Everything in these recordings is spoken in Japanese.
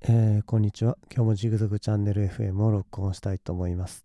こんにちは。今日もジグザグチャンネル FM を録音したいと思います。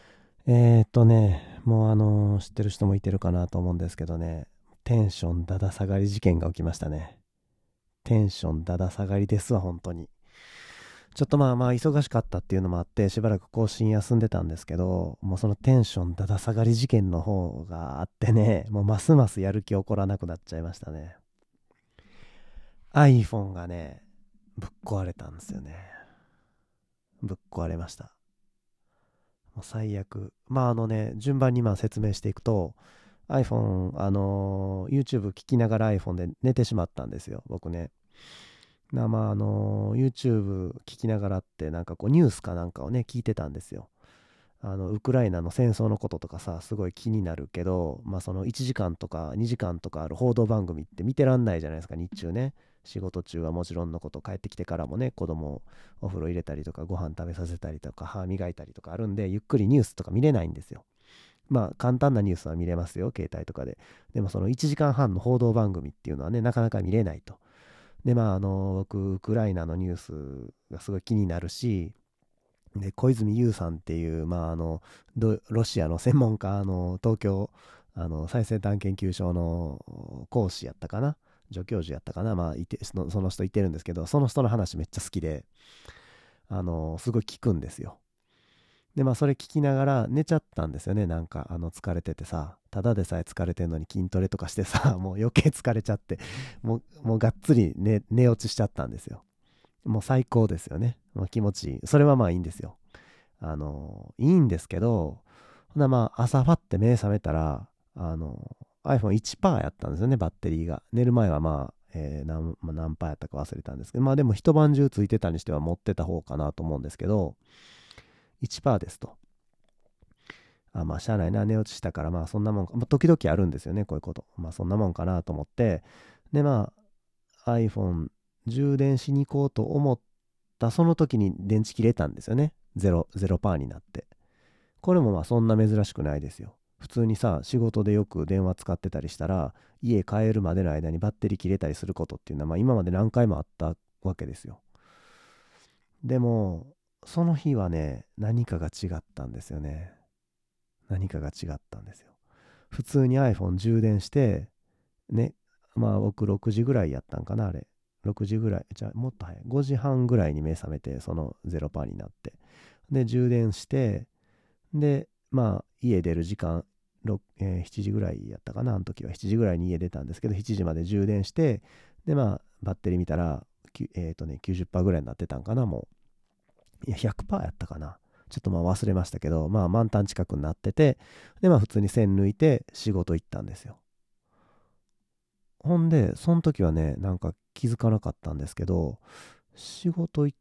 もう知ってる人もいてるかなと思うんですけどね、テンションだだ下がり事件が起きましたね。テンションだだ下がりですわ、本当に。ちょっと忙しかったっていうのもあって、しばらく更新休んでたんですけど、もうそのテンションだだ下がり事件の方があってね、もうますますやる気起こらなくなっちゃいましたね。iPhone がね、ぶっ壊れたんですよね。ぶっ壊れました。もう最悪。順番に説明していくと、iPhone、YouTube 聞きながら iPhone で寝てしまったんですよ、僕ね。YouTube 聞きながらってなんかこうニュースかなんかをね、聞いてたんですよ。ウクライナの戦争のこととかさ、すごい気になるけど、その1時間とか2時間とかある報道番組って見てらんないじゃないですか、日中ね。仕事中はもちろんのこと、帰ってきてからもね、子供をお風呂入れたりとか、ご飯食べさせたりとか、歯磨いたりとかあるんで、ゆっくりニュースとか見れないんですよ。簡単なニュースは見れますよ、携帯とかで。でもその1時間半の報道番組っていうのはね、なかなか見れないと。で、僕、ウクライナのニュースがすごい気になるし、で小泉悠さんっていう、ロシアの専門家、東京最先端研究所の講師やったかな、助教授やったかな、その人いてるんですけど、その人の話めっちゃ好きで、すごい聞くんですよ。でそれ聞きながら寝ちゃったんですよね。なんか疲れててさ、ただでさえ疲れてんのに筋トレとかしてさ、もう余計疲れちゃって、もうがっつり寝落ちしちゃったんですよ。もう最高ですよね。もう気持ちいい。それはいいんですよ。いいんですけど、ほな朝ファって目覚めたら、iPhone1% やったんですよね、バッテリーが。寝る前は何パーやったか忘れたんですけど、でも一晩中ついてたにしては持ってた方かなと思うんですけど、1%ですと。しゃあないな、寝落ちしたから、そんなもんか。時々あるんですよね、こういうこと。そんなもんかなと思って、で、iPhone 充電しに行こうと思ったその時に電池切れたんですよね。ゼロパーになって。これもそんな珍しくないですよ。普通にさ、仕事でよく電話使ってたりしたら、家帰るまでの間にバッテリー切れたりすることっていうのは、今まで何回もあったわけですよ。でも、その日はね、何かが違ったんですよね。何かが違ったんですよ。普通に iPhone 充電して、ね、僕6時ぐらいやったんかな、あれ。6時ぐらい、じゃあもっと早い。5時半ぐらいに目覚めて、その0%になって。で、充電して、で、家出る時間、7時ぐらいやったかな、あの時は。7時ぐらいに家出たんですけど、7時まで充電して、で、バッテリー見たら、90%ぐらいになってたんかな、もう。いや、100%やったかな。ちょっと忘れましたけど、満タン近くになってて、で、普通に線抜いて仕事行ったんですよ。ほんで、その時はね、なんか気づかなかったんですけど、仕事行って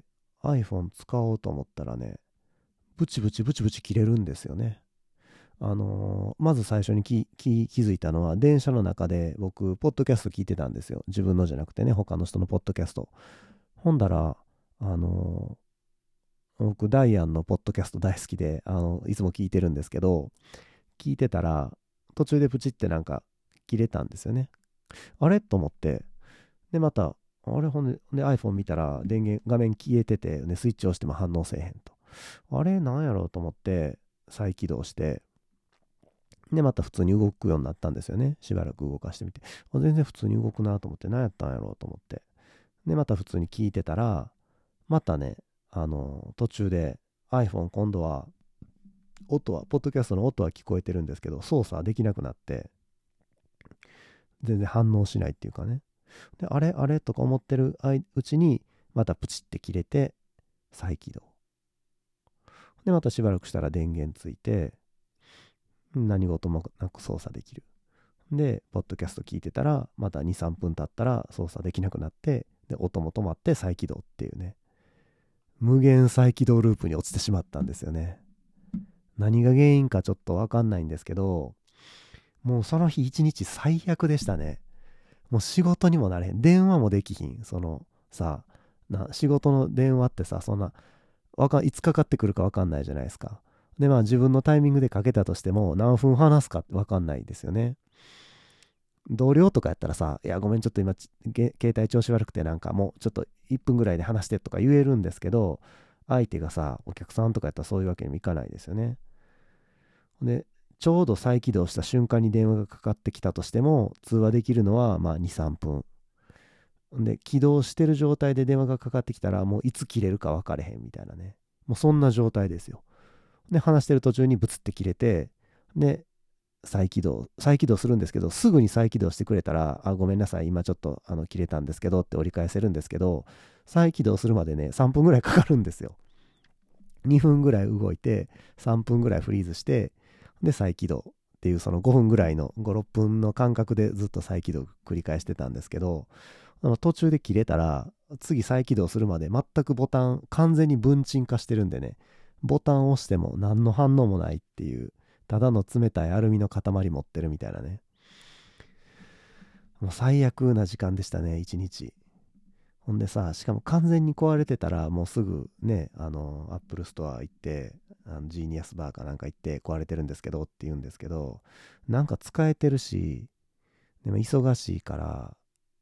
iPhone 使おうと思ったらね、ブチブチブチブチ切れるんですよね。まず最初に気づいたのは、電車の中で僕、ポッドキャスト聞いてたんですよ。自分のじゃなくてね、他の人のポッドキャスト。ほんだら、あの僕、ダイアンのポッドキャスト大好きで、いつも聞いてるんですけど、聞いてたら、途中でプチってなんか切れたんですよね。あれと思って、で、また、あれほんで、iPhone 見たら電源、画面消えてて、スイッチ押しても反応せえへんと。あれなんやろうと思って、再起動して、で、また普通に動くようになったんですよね。しばらく動かしてみて。全然普通に動くなと思って、何やったんやろうと思って。で、また普通に聞いてたら、またね、途中で iPhone 今度は、ポッドキャストの音は聞こえてるんですけど、操作できなくなって、全然反応しないっていうかね。で、あれあれとか思ってるうちに、またプチって切れて、再起動。で、またしばらくしたら電源ついて、何事もなく操作できる。で、ポッドキャスト聞いてたら、また2、3分経ったら操作できなくなって、で、音も止まって再起動っていうね、無限再起動ループに落ちてしまったんですよね。何が原因かちょっとわかんないんですけど、もうその日一日最悪でしたね。もう仕事にもなれへん。電話もできひん。さ、仕事の電話ってさ、そんな、いつかかってくるかわかんないじゃないですか。で、自分のタイミングでかけたとしても、何分話すかわかんないですよね。 同僚とかやったらさ、いや、ごめん、ちょっと今、携帯調子悪くて、なんかもうちょっと1分ぐらいで話してとか言えるんですけど、相手がさ、お客さんとかやったらそういうわけにもいかないですよね。で、ちょうど再起動した瞬間に電話がかかってきたとしても、通話できるのはまあ2、3分。で、起動してる状態で電話がかかってきたら、もういつ切れるか分かれへんみたいなね。もうそんな状態ですよ。で、話してる途中にブツって切れて、で、再起動するんですけど、すぐに再起動してくれたら、あ、ごめんなさい、今ちょっと切れたんですけどって折り返せるんですけど、再起動するまでね、3分ぐらいかかるんですよ。2分ぐらい動いて、3分ぐらいフリーズして、で、再起動っていう、その5分ぐらいの、5、6分の間隔でずっと再起動繰り返してたんですけど、途中で切れたら、次再起動するまで全くボタン、完全に分鎮化してるんでね、ボタンを押しても何の反応もないっていう、ただの冷たいアルミの塊持ってるみたいなね。もう最悪な時間でしたね、一日。ほんでさ、しかも完全に壊れてたら、もうすぐね、アップルストア行って、ジーニアスバーかなんか行って壊れてるんですけどって言うんですけど、なんか使えてるし、でも忙しいから、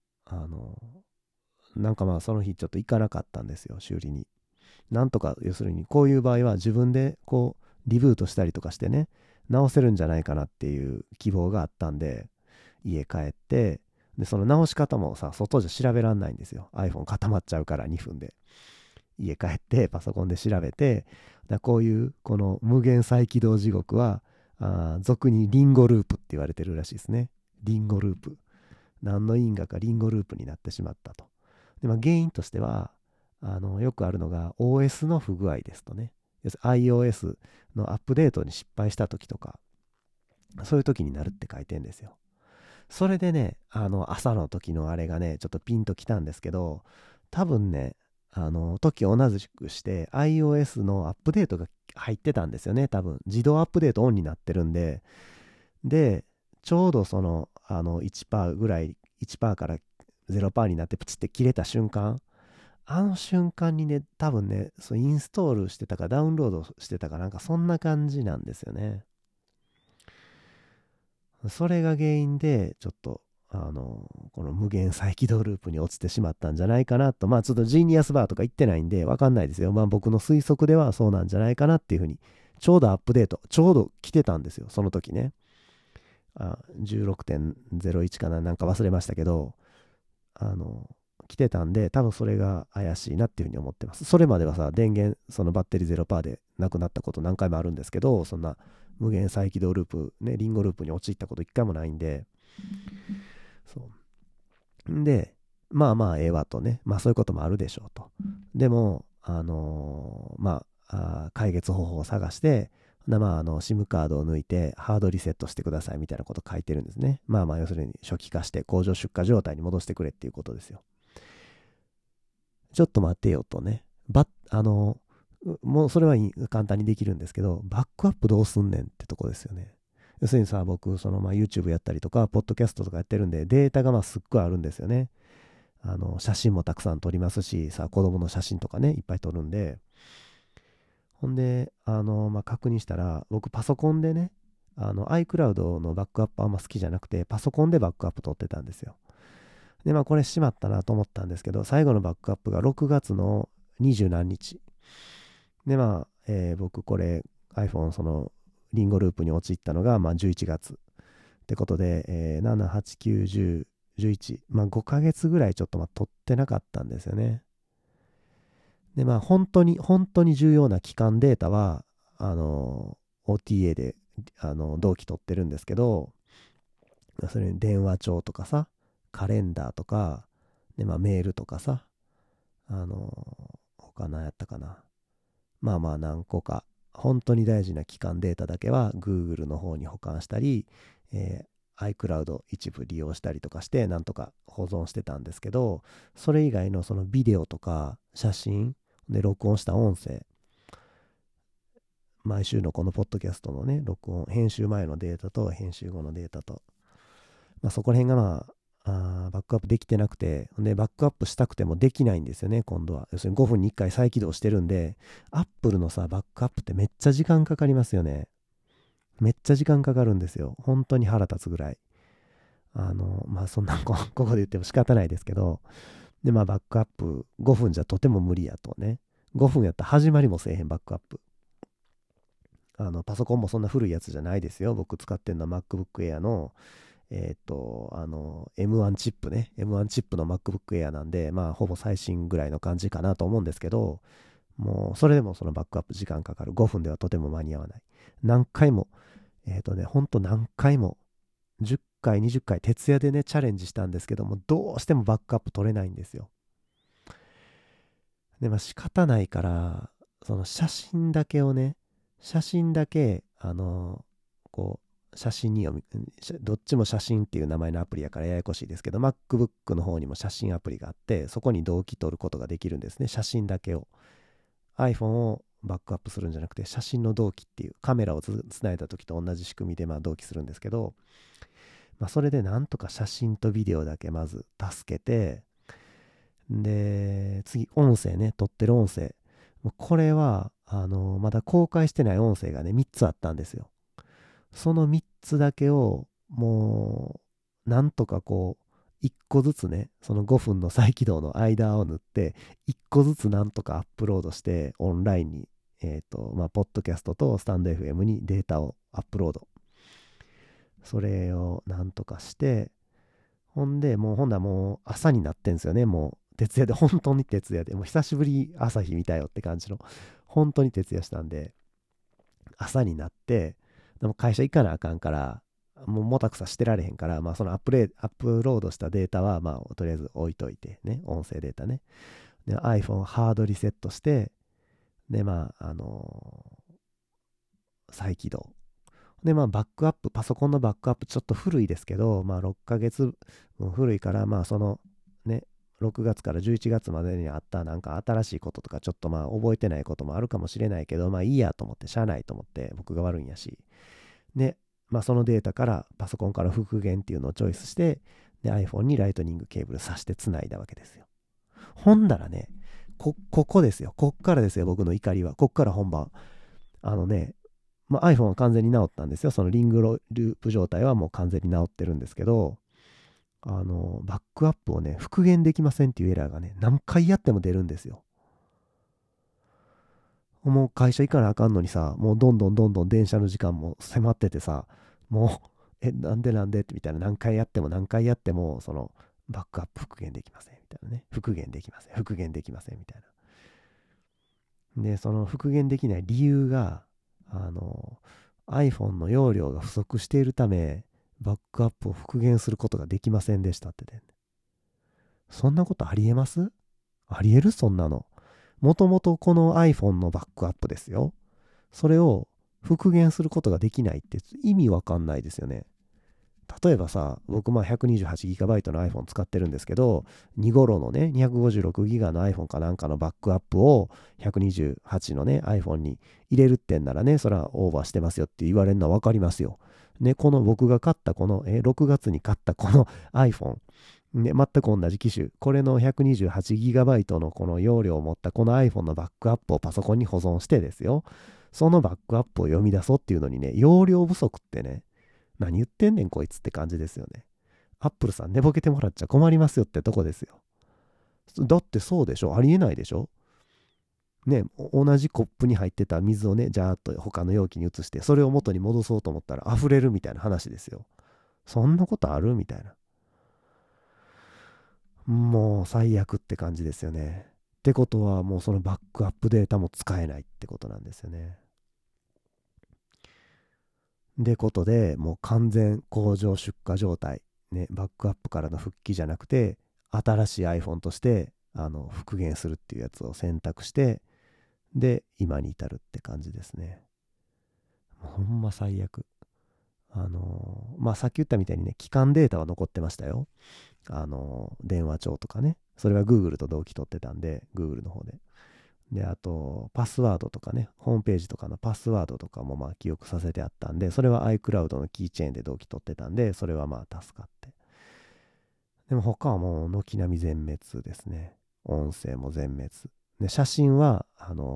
なんかまあその日ちょっと行かなかったんですよ、修理に。なんとか、要するにこういう場合は自分でこう、リブートしたりとかしてね、直せるんじゃないかなっていう希望があったんで、家帰って、で、その直し方もさ、外じゃ調べらんないんですよ。iPhone 固まっちゃうから2分で。家帰ってパソコンで調べて、こういうこの無限再起動地獄は、俗にリンゴループって言われてるらしいですね。リンゴループ。何の因果かリンゴループになってしまったと。で、まあ、原因としては、よくあるのが OS の不具合ですとね。要するに iOS のアップデートに失敗した時とか、そういう時になるって書いてんですよ。それでね、朝の時のあれがね、ちょっとピンときたんですけど、多分ね、時同じくして iOS のアップデートが入ってたんですよね、多分。自動アップデートオンになってるんで、で、ちょうどその、1%ぐらい、1%から0%になってプチって切れた瞬間、あの瞬間にね、多分ね、そうインストールしてたかダウンロードしてたかなんかそんな感じなんですよね。それが原因で、ちょっと、この無限再起動ループに落ちてしまったんじゃないかなと。まあちょっとジーニアスバーとか言ってないんでわかんないですよ。まあ僕の推測ではそうなんじゃないかなっていうふうに、ちょうどアップデート、ちょうど来てたんですよ、その時ね。16.01 かな、なんか忘れましたけど、来てたんで、多分それが怪しいなっていうふうに思ってます。それまではさ、電源、そのバッテリー0%でなくなったこと何回もあるんですけど、そんな無限再起動ループ、ね、リンゴループに陥ったこと一回もないんで、そう。んで、まあまあ、ええわとね、まあそういうこともあるでしょうと。でも、まあ、解決方法を探して、まあ、SIM カードを抜いてハードリセットしてくださいみたいなこと書いてるんですね。まあまあ、要するに初期化して工場出荷状態に戻してくれっていうことですよ。ちょっと待ってよとね。もうそれはいい簡単にできるんですけど、バックアップどうすんねんってとこですよね。要するにさ、僕、YouTube やったりとか、ポッドキャストとかやってるんで、データがまあすっごいあるんですよね。写真もたくさん撮りますし、さ、子供の写真とかね、いっぱい撮るんで、ほんで、まあ、確認したら、僕パソコンでね、iCloud のバックアップあんま好きじゃなくて、パソコンでバックアップ取ってたんですよ。で、まあこれしまったなと思ったんですけど、最後のバックアップが6月の20何日。で、まあ、僕これ iPhone リンゴループに陥ったのが、まあ11月。ってことで、7、8、9、10、11。まあ5ヶ月ぐらいちょっと取ってなかったんですよね。で、まあ本当に重要な機関データは、OTA で、同期取ってるんですけど、それに電話帳とかさ、カレンダーとか、で、まあメールとかさ、他何やったかな。まあまあ何個か、本当に大事な機関データだけは Google の方に保管したり、iCloud 一部利用したりとかしてなんとか保存してたんですけど、それ以外のそのビデオとか写真で録音した音声、毎週のこのポッドキャストのね、録音、編集前のデータと編集後のデータと、まあそこら辺がまあ、バックアップできてなくて、で、バックアップしたくてもできないんですよね、今度は。要するに5分に1回再起動してるんで、Apple のさ、バックアップってめっちゃ時間かかりますよね。めっちゃ時間かかるんですよ。本当に腹立つぐらい。 そんなここで言っても仕方ないですけど、で、バックアップ5分じゃとても無理やとね。5分やったら始まりもせえへんバックアップ。パソコンもそんな古いやつじゃないですよ。僕使ってるのは MacBook Air の、M1 チップね。M1 チップの MacBook Air なんで、ほぼ最新ぐらいの感じかなと思うんですけど、もう、それでもそのバックアップ時間かかる。5分ではとても間に合わない。何回も、ほんと何回も、10回、20回、徹夜でね、チャレンジしたんですけども、どうしてもバックアップ取れないんですよ。で、仕方ないから、その写真だけをね、写真だけ、写真にどっちも写真っていう名前のアプリやからややこしいですけど、MacBook の方にも写真アプリがあって、そこに同期取ることができるんですね。写真だけを。iPhone をバックアップするんじゃなくて、写真の同期っていうカメラをつないだ時と同じ仕組みで同期するんですけど、それでなんとか写真とビデオだけまず助けて、で、次、音声ね、撮ってる音声。これは、まだ公開してない音声がね、3つあったんですよ。その3つだけを、もう、なんとか1個ずつね、その5分の再起動の間を縫って、1個ずつなんとかアップロードして、オンラインに、ポッドキャストとスタンド FM にデータをアップロード。それをなんとかして、ほんで、ほんならもう朝になってんすよね。もう徹夜で、本当に徹夜で、もう久しぶり朝日見たよって感じの、本当に徹夜したんで、朝になって、でも会社行かなあかんから、もうもたくさしてられへんから、そのアップロードしたデータは、とりあえず置いといてね、音声データね。で、iPhone ハードリセットして、で、再起動。で、バックアップ、パソコンのバックアップちょっと古いですけど、6ヶ月古いから、そのね、6月から11月までにあったなんか新しいこととかちょっと覚えてないこともあるかもしれないけど、いいやと思って、しゃあないと思って、僕が悪いんやし。で、そのデータからパソコンから復元っていうのをチョイスして、で、iPhone にライトニングケーブル挿して繋いだわけですよ。ほんだらね、ここですよ。こっからですよ、僕の怒りは。こっから本番。あのね、iPhone は完全に治ったんですよ。そのリングループ状態はもう完全に治ってるんですけど、バックアップをね、復元できませんっていうエラーがね、何回やっても出るんですよ。もう会社行かなあかんのにさ、もうどんどんどんどん電車の時間も迫っててさ、もう、なんでってみたいな、何回やっても何回やっても、その、バックアップ復元できませんみたいなね。復元できません。復元できませんみたいな。で、その復元できない理由が、iPhone の容量が不足しているため、バックアップを復元することができませんでしたってね。そんなことありえます？ありえるそんなの。もともとこの iPhone のバックアップですよ。それを復元することができないって意味わかんないですよね。例えばさ、僕128GB の iPhone 使ってるんですけど、2頃のね、256GB の iPhone かなんかのバックアップを128のね、iPhone に入れるってんならね、それはオーバーしてますよって言われるのはわかりますよ。ね、この僕が買ったこの、6月に買ったこの iPhone、ね、全く同じ機種、これの 128GB のこの容量を持ったこの iPhone のバックアップをパソコンに保存してですよ、そのバックアップを読み出そうっていうのにね、容量不足ってね、何言ってんねんこいつって感じですよね。アップルさん寝ぼけてもらっちゃ困りますよってとこですよ。だってそうでしょ、ありえないでしょね、同じコップに入ってた水をね、ジャーっと他の容器に移して、それを元に戻そうと思ったら溢れるみたいな話ですよ。そんなことあるみたいな。もう最悪って感じですよね。ってことはもうそのバックアップデータも使えないってことなんですよね。でことでもう完全工場出荷状態。ね、バックアップからの復帰じゃなくて、新しい iPhone として復元するっていうやつを選択して、で、今に至るって感じですね。ほんま最悪。さっき言ったみたいにね、基幹データは残ってましたよ。電話帳とかね。それは Google と同期取ってたんで、Google の方で。で、あと、パスワードとかね、ホームページとかのパスワードとかも記憶させてあったんで、それは iCloud のキーチェーンで同期取ってたんで、それは助かって。でも他はもう軒並み全滅ですね。音声も全滅。で、写真は、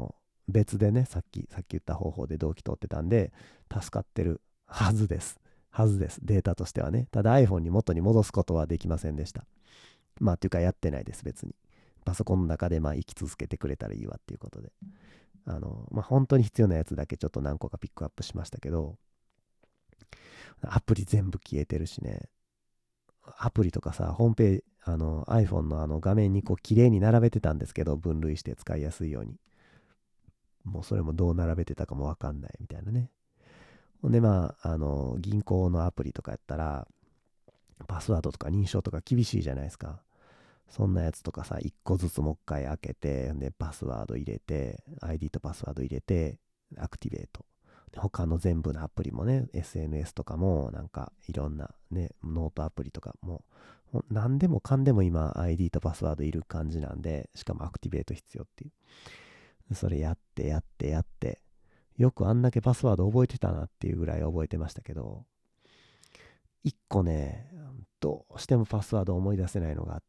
別でね、さっき言った方法で同期取ってたんで、助かってるはずです。 はずです。データとしてはね。ただ iPhone に元に戻すことはできませんでした。まあっていうかやってないです、別に。パソコンの中でまあ生き続けてくれたらいいわっていうことで。まあ本当に必要なやつだけちょっと何個かピックアップしましたけど、アプリ全部消えてるしね。アプリとかさ、ホームページ、iPhone の画面にこう綺麗に並べてたんですけど、分類して使いやすいように。もうそれもどう並べてたかもわかんないみたいなね。ほんでまあ、銀行のアプリとかやったら、パスワードとか認証とか厳しいじゃないですか。そんなやつとかさ、一個ずつもう一回開けて、で、パスワード入れて、ID とパスワード入れて、アクティベート。で他の全部のアプリもね、SNS とかも、なんかいろんなね、ノートアプリとかも、何でもかんでも今 ID とパスワードいる感じなんで、しかもアクティベート必要っていう。それやってやってやって、よくあんだけパスワード覚えてたなっていうぐらい覚えてましたけど、一個ね、どうしてもパスワード思い出せないのがあって、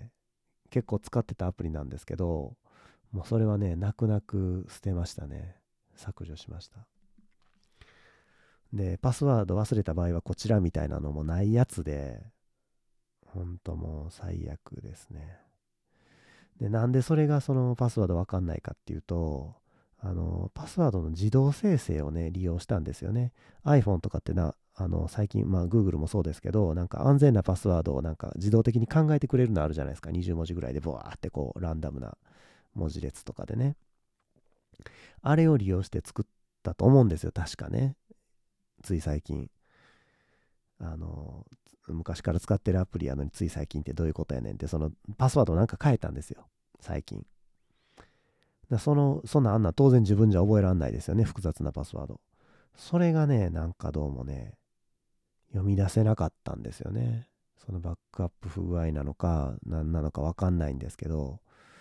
結構使ってたアプリなんですけど、もうそれはね、泣く泣く捨てましたね。削除しました。で、パスワード忘れた場合はこちらみたいなのもないやつで、ほんともう最悪ですね。で、なんでそれがそのパスワードわかんないかっていうと、パスワードの自動生成をね、利用したんですよね。iPhone とかって最近、まあ Google もそうですけど、なんか安全なパスワードをなんか自動的に考えてくれるのあるじゃないですか。20文字ぐらいでボワーってこうランダムな文字列とかでね。あれを利用して作ったと思うんですよ、確かね。つい最近。昔から使ってるアプリやのについ最近ってどういうことやねんって、そのパスワードなんか変えたんですよ、最近。そんなあんな当然自分じゃ覚えらんないですよね、複雑なパスワード。それがね、なんかどうもね、読み出せなかったんですよね。そのバックアップ不具合なのか、何なのかわかんないんですけど、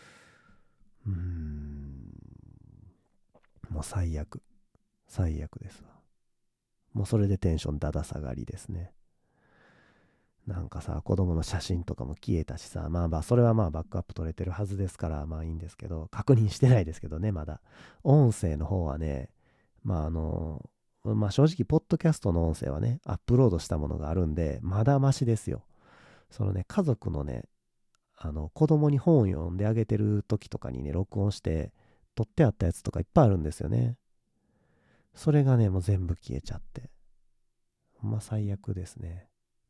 もう最悪。最悪ですわ。もうそれでテンションだだ下がりですね。なんかさ、子供の写真とかも消えたしさ、まあまあ、それはまあバックアップ取れてるはずですから、まあいいんですけど、確認してないですけどね、まだ。音声の方はね、まあまあ正直、ポッドキャストの音声はね、アップロードしたものがあるんで、まだマシですよ。そのね、家族のね、子供に本を読んであげてる時とかにね、録音して、撮ってあったやつとかいっぱいあるんですよね。それがね、もう全部消えちゃって。まあ最悪ですね。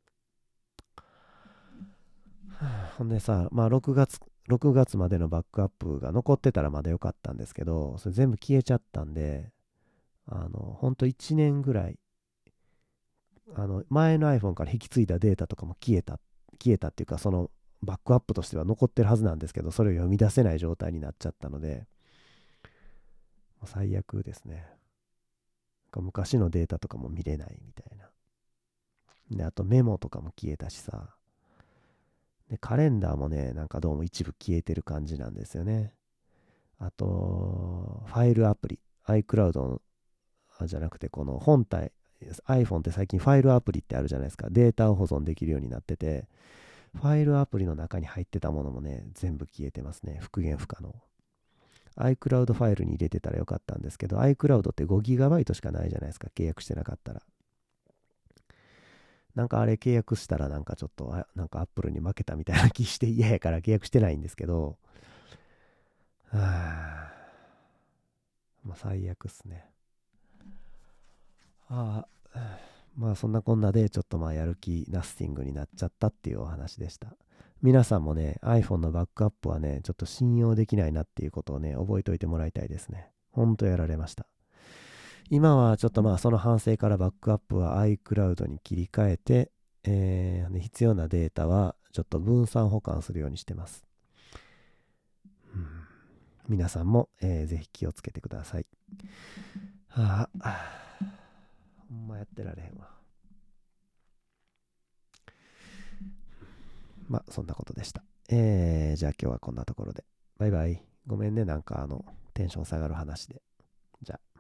ほんでさ、まあ6月までのバックアップが残ってたらまだ良かったんですけど、それ全部消えちゃったんで、ほんと1年ぐらい、前の iPhone から引き継いだデータとかも消えたっていうか、そのバックアップとしては残ってるはずなんですけど、それを読み出せない状態になっちゃったので、もう最悪ですね。昔のデータとかも見れないみたいな。で、あとメモとかも消えたしさ、で、カレンダーもね、なんかどうも一部消えてる感じなんですよね。あと、ファイルアプリ、iCloud のじゃなくて、この本体、iPhone って最近ファイルアプリってあるじゃないですか。データを保存できるようになってて、ファイルアプリの中に入ってたものもね、全部消えてますね。復元不可能。iCloud ファイルに入れてたらよかったんですけど、iCloud って 5GB しかないじゃないですか。契約してなかったら。なんかあれ契約したらなんかちょっと、なんか Apple に負けたみたいな気して嫌やから契約してないんですけど、はぁ、もう最悪っすね。ああ、まあそんなこんなでちょっとまあやる気ナッシングになっちゃったっていうお話でした。皆さんもね、iPhone のバックアップはね、ちょっと信用できないなっていうことをね、覚えておいてもらいたいですね。ほんとやられました。今はちょっとまあその反省からバックアップは iCloud に切り替えて、必要なデータはちょっと分散保管するようにしてます。うん、皆さんも、ぜひ気をつけてください。はあ、ほんまやってられへんわ。まあそんなことでした。じゃあ今日はこんなところで。バイバイ。ごめんね、なんかテンション下がる話で。じゃあ。